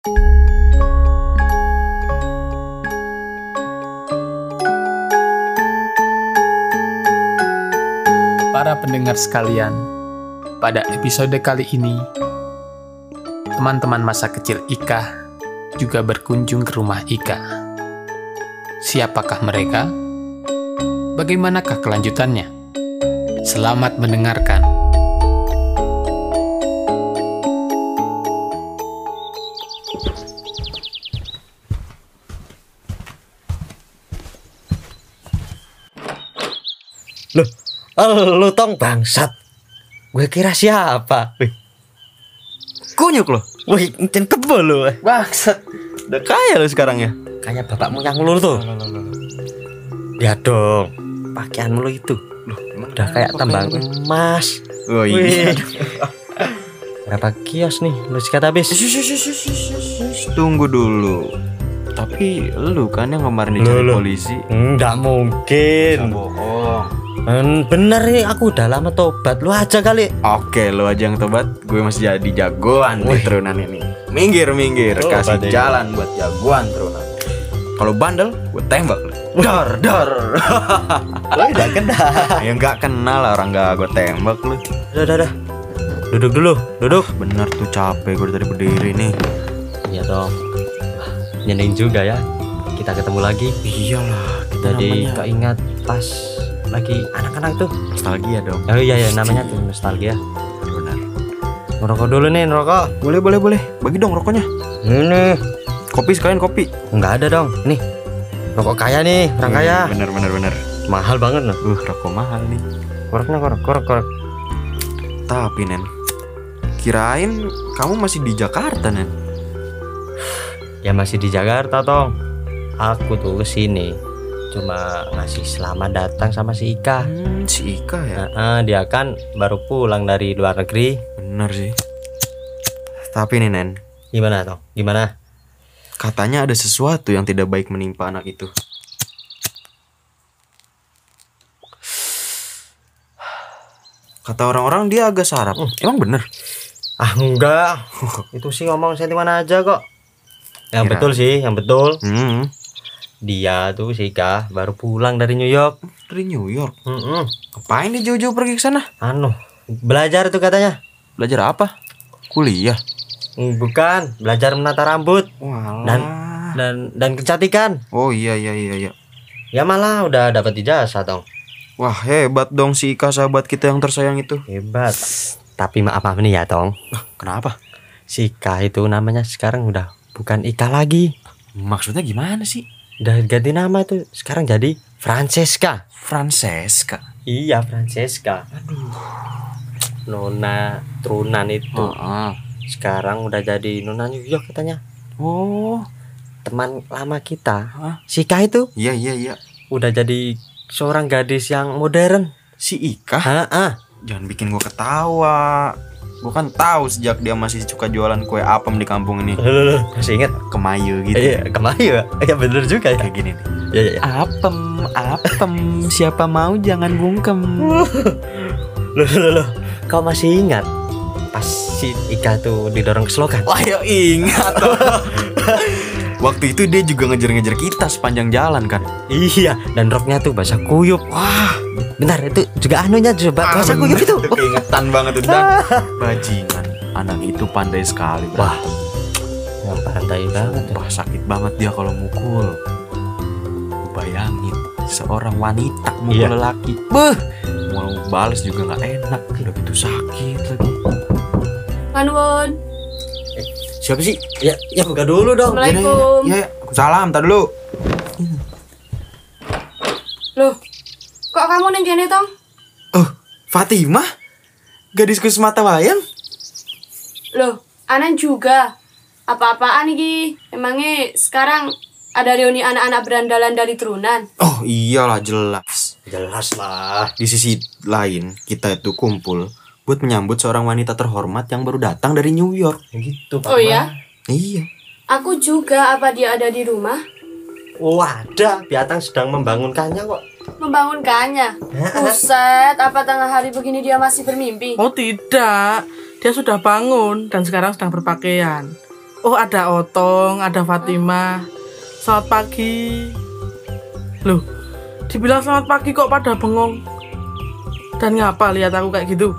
Para pendengar sekalian, pada episode kali ini, teman-teman masa kecil Ika juga berkunjung ke rumah Ika. Siapakah mereka? Bagaimanakah kelanjutannya? Selamat mendengarkan. Lu tong bangsat. Gue kira siapa? Wih. Kunyuk lo. Wih, encen kebel lu. Bangsat. Udah kaya lo sekarang ya. Kayak bapakmu yang lu tuh. Ya dong. Pakaian lu itu. Loh, Udah kayak tambang emas. Oh iya. Wih. Berapa kios nih? Lu sikat habis. Tunggu dulu. Tapi lu kan yang kemarin dicari Lu. polisi. Enggak mungkin. Bohong. Bener nih, aku udah lama tobat. Lu aja kali. Oke, lu aja yang tobat. Gue masih jadi jagoan di Wih. turunan ini. Minggir. Tobat Kasih ya. jalan buat jagoan turunan. Kalau bandel, gue tembak lu. Dar. Lu udah kena. Ya nggak kenal lah orang nggak gue tembak lu. Udah. Duduk dulu, duduk. Bener tuh capek gue dari berdiri nih. Iya dong. Nyeneng juga ya. Kita ketemu lagi. Iyalah, kita Jadi namanya keingat pas lagi anak-anak tuh. nostalgia dong. Oh iya namanya tuh nostalgia. Benar. Ngerokok dulu nih, ngerokok. Boleh. Bagi dong rokoknya. Ini Kopi sekalian kopi. nggak ada dong. Nih, rokok kaya nih, orang kaya. Bener. Mahal banget loh. Rokok mahal nih. Korek. Tapi Nen, kirain kamu masih di Jakarta Nen. Ya masih di Jakarta tong. Aku tuh kesini cuma ngasih selamat datang sama si Ika. Si Ika ya. Dia kan baru pulang dari luar negeri. Bener sih. Tapi nih Nen, Gimana tong? Gimana? katanya ada sesuatu yang tidak baik menimpa anak itu. Kata orang-orang dia agak sarap. Emang bener? Ah enggak. Itu sih ngomong sentimen aja kok. Yang Kira. betul sih, yang betul. Hmm. Dia tuh si Ika baru pulang dari New York. Dari New York. Mm-mm. Ngapain dia jauh-jauh pergi ke sana? Belajar tuh katanya. Belajar apa? Kuliah. Bukan, belajar menata rambut Walah. dan kecantikan. Oh iya. Ya malah udah dapat ijazah dong. Wah hebat dong si Ika, sahabat kita yang tersayang itu. Hebat. Tapi maaf nih ya tong. Kenapa? Si Ika itu namanya sekarang udah bukan Ika lagi. Maksudnya gimana sih? Udah ganti nama tuh. Sekarang jadi Francesca. Francesca. Iya Francesca. Aduh. Nona turunan itu. Sekarang udah jadi Nona New York katanya. Oh. Teman lama kita. Hah? Si Ika itu Iya. udah jadi seorang gadis yang modern. Si Ika? Ah. Jangan bikin gua ketawa. Gua kan tahu sejak dia masih suka jualan kue apem di kampung ini. Loh, masih ingat? Kemayu gitu. Iya, kemayu. Iya bener juga ya. Kayak gini nih. Iya. Apem, siapa mau jangan bungkem. Loh. Kau masih ingat pas si Ika tuh didorong ke selokan? Wah, ya ingat. Waktu itu dia juga ngejar-ngejar kita sepanjang jalan kan. Iya, dan roknya tuh basah kuyup. Wah, Bentar, itu juga anunya coba basah kuyup itu. keingetan banget tuh dan bajingan. Anak itu pandai sekali. Wah, yang pandai banget. Wah, sakit banget dia kalau mukul. Bayangin seorang wanita mukul Iya. lelaki. Beuh, mau balas juga nggak enak. Udah gitu sakit lagi. Manwon. Siapa sih? Ya buka dulu dong. Assalamualaikum. Ya. Salam, tar dulu. Loh, kok kamu neng kene tong? Oh, Fatimah? Gadisku semata wayang? Loh, Anan juga. Apa-apaan iki? Emangnya sekarang ada reuni anak-anak berandalan dari turunan? Oh iyalah jelas. Jelas lah. Di sisi lain kita itu kumpul buat menyambut seorang wanita terhormat yang baru datang dari New York. Gitu, Pak. Oh iya? Iya. Aku juga, apa dia ada di rumah? Oh ada, Piatang sedang membangunkannya kok. Membangunkannya. Buset, apa tengah hari begini dia masih bermimpi? Oh tidak, dia sudah bangun dan sekarang sedang berpakaian. Oh, ada Otong, ada Fatimah. Selamat pagi. Loh, dibilang selamat pagi kok pada bengong. Dan ngapa lihat aku kayak gitu?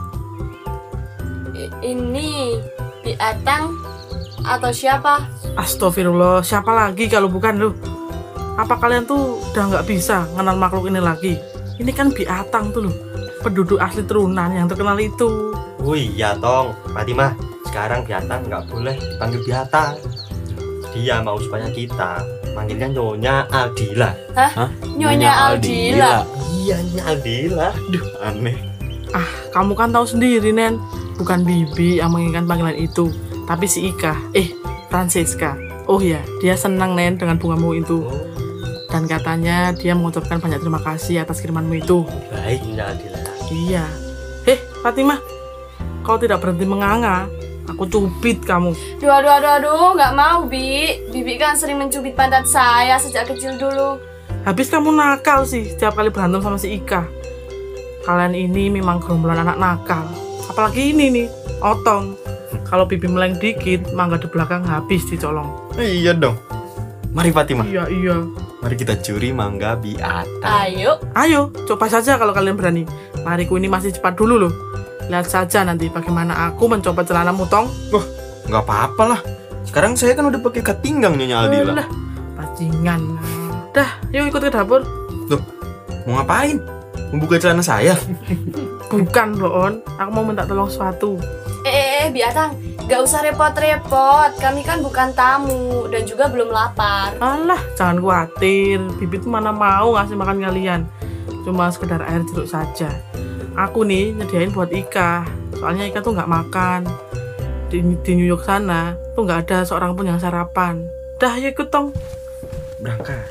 Ini Bi Atang atau siapa? Astagfirullah, siapa lagi kalau bukan lu? Apa kalian tuh udah nggak bisa kenal makhluk ini lagi? Ini kan Biatang tuh loh, penduduk asli Trunan yang terkenal itu. Oh iya Tong, Fatimah, sekarang Biatang nggak boleh dipanggil Biatang. Dia mau supaya kita manggilnya Nyonya Aldila. Hah? Nyonya Aldila. Iya, Nyonya Aldila. Duh, aneh. Ah, kamu kan tahu sendiri, Nen. Bukan Bibi yang menginginkan panggilan itu, tapi si Ika, Francesca. Oh ya, dia senang, Nen, dengan bungamu itu. Dan katanya dia mengucapkan banyak terima kasih atas kirimanmu itu. Baik, Nyonya Aldila. Iya. Fatimah, kau tidak berhenti menganga, aku cubit kamu. Aduh, nggak mau, Bi. Bibi kan sering mencubit pantat saya sejak kecil dulu. Habis kamu nakal sih setiap kali berantem sama si Ika. Kalian ini memang gerombolan anak nakal. Apalagi ini nih, Otong. Kalau Bibi meleng dikit, mangga di belakang habis dicolong. Iya dong. Mari Fatimah. Iya. Mari kita curi mangga Biatang. Ayo. Ayo, coba saja kalau kalian berani. Lariku ini masih cepat dulu loh. Lihat saja nanti bagaimana aku mencoba celanamu, Tong. Wah, nggak apa-apa lah. Sekarang saya kan udah pakai ikat pinggang Nyonya Aldila. Alah, bajingan. Dah, yuk ikut ke dapur. Loh, mau ngapain? Membuka celana saya? Bukan, Boon. Aku mau minta tolong sesuatu. Bi Atang, nggak usah repot-repot. Kami kan bukan tamu dan juga belum lapar. Alah, jangan khawatir. Bibi tuh mana mau ngasih makan kalian. Cuma sekedar air jeruk saja. Aku nih nyediain buat Ika. Soalnya Ika tuh nggak makan. Di New York sana tuh nggak ada seorang pun yang sarapan. Dah, yuk ikut, Tong. Berangkat.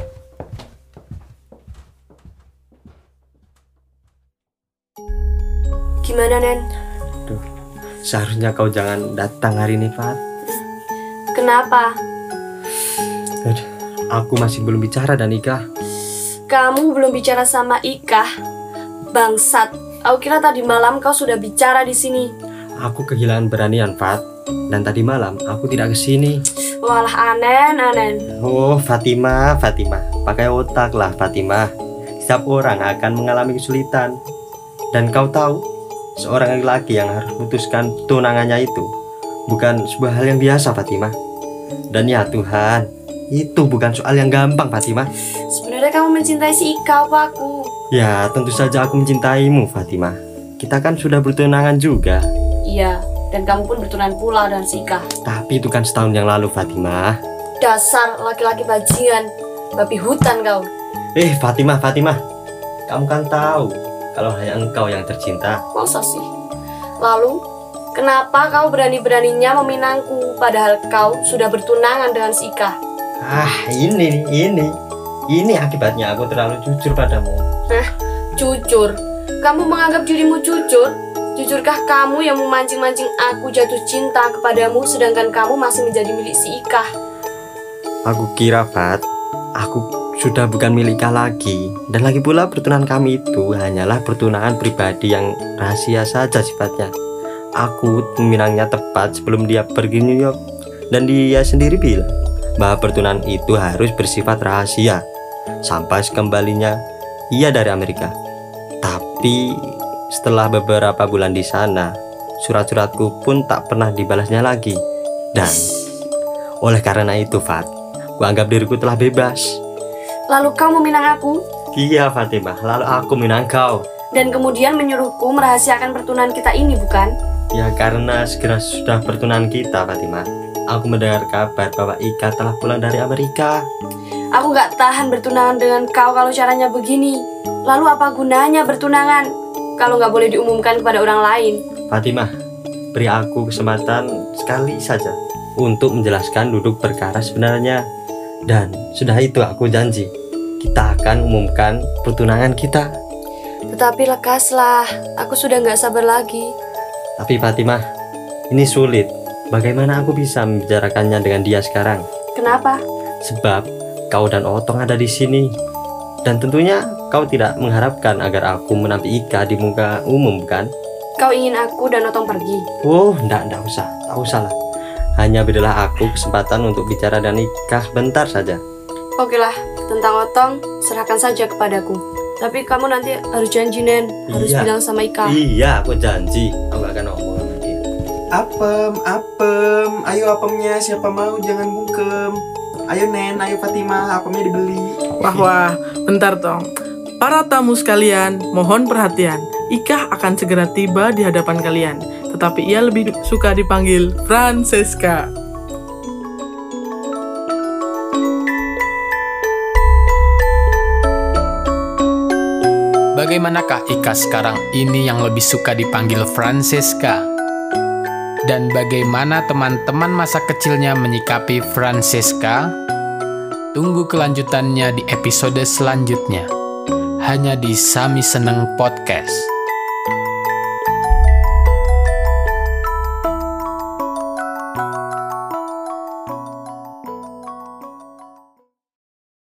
Gimana, Nen? Seharusnya kau jangan datang hari ini, Fat. Kenapa? Aduh, aku masih belum bicara dan Ika. Kamu belum bicara sama Ika? Bangsat. Aku kira tadi malam kau sudah bicara di sini. Aku kehilangan beranian, Fat. Dan tadi malam aku tidak kesini. Walah, anen. Oh, Fatimah. Pakai otak lah, Fatimah. Setiap orang akan mengalami kesulitan. Dan kau tahu, seorang laki-laki yang harus memutuskan tunangannya itu bukan sebuah hal yang biasa, Fatimah. Dan ya Tuhan, itu bukan soal yang gampang, Fatimah. Sebenarnya kamu mencintai si Ika apa aku? Ya, tentu saja aku mencintaimu, Fatimah. Kita kan sudah bertunangan juga. Iya, dan kamu pun bertunangan pula dengan si Ika. Tapi itu kan setahun yang lalu, Fatimah. Dasar laki-laki bajingan, babi hutan kau. Fatimah. Kamu kan tahu kalau hanya engkau yang tercinta. Masa sih? Lalu, kenapa kau berani-beraninya meminangku padahal kau sudah bertunangan dengan si Ika? Ini akibatnya aku terlalu jujur padamu. Jujur? Kamu menganggap dirimu jujur? Jujurkah kamu yang memancing-mancing aku jatuh cinta kepadamu sedangkan kamu masih menjadi milik si Ika? Aku kira, Fat, aku sudah bukan milik Ika lagi. Dan lagi pula pertunangan kami itu hanyalah pertunangan pribadi yang rahasia saja sifatnya. Aku meminangnya tepat sebelum dia pergi New York. Dan dia sendiri bilang bahwa pertunangan itu harus bersifat rahasia sampai kembalinya ia dari Amerika. Tapi setelah beberapa bulan di sana, surat-suratku pun tak pernah dibalasnya lagi. Dan oleh karena itu, Fat, kuanggap diriku telah bebas. Lalu kau meminang aku? Iya, Fatimah, lalu aku minang kau. Dan kemudian menyuruhku merahasiakan pertunangan kita ini, bukan? Ya, karena segera sudah pertunangan kita, Fatimah. Aku mendengar kabar bahwa Ika telah pulang dari Amerika. Aku gak tahan bertunangan dengan kau kalau caranya begini. Lalu apa gunanya bertunangan kalau gak boleh diumumkan kepada orang lain? Fatimah, beri aku kesempatan sekali saja untuk menjelaskan duduk perkara sebenarnya. Dan sudah itu aku janji, kita akan umumkan pertunangan kita. Tetapi lekaslah, aku sudah gak sabar lagi. Tapi Fatimah, ini sulit. Bagaimana aku bisa membicarakannya dengan dia sekarang? Kenapa? Sebab kau dan Otong ada di sini. Dan tentunya kau tidak mengharapkan agar aku menampi Ika di muka umum, kan? Kau ingin aku dan Otong pergi? Oh, enggak usah lah. Hanya berilah aku kesempatan untuk bicara dan Ika bentar saja. Oke lah, tentang Otong, serahkan saja kepadaku. Tapi kamu nanti harus janji, Nen. Harus Iya. bilang sama Ika. Iya, aku janji. Aku akan ngomong sama dia. Apem, ayo apemnya, siapa mau jangan bungkem. Ayo Nen, ayo Fatimah, apemnya dibeli. Wah, bentar Tong. Para tamu sekalian, mohon perhatian. Ika akan segera tiba di hadapan kalian. Tetapi ia lebih suka dipanggil Francesca. Bagaimanakah Ika sekarang ini yang lebih suka dipanggil Francesca? Dan bagaimana teman-teman masa kecilnya menyikapi Francesca? Tunggu kelanjutannya di episode selanjutnya. Hanya di Sami Seneng Podcast.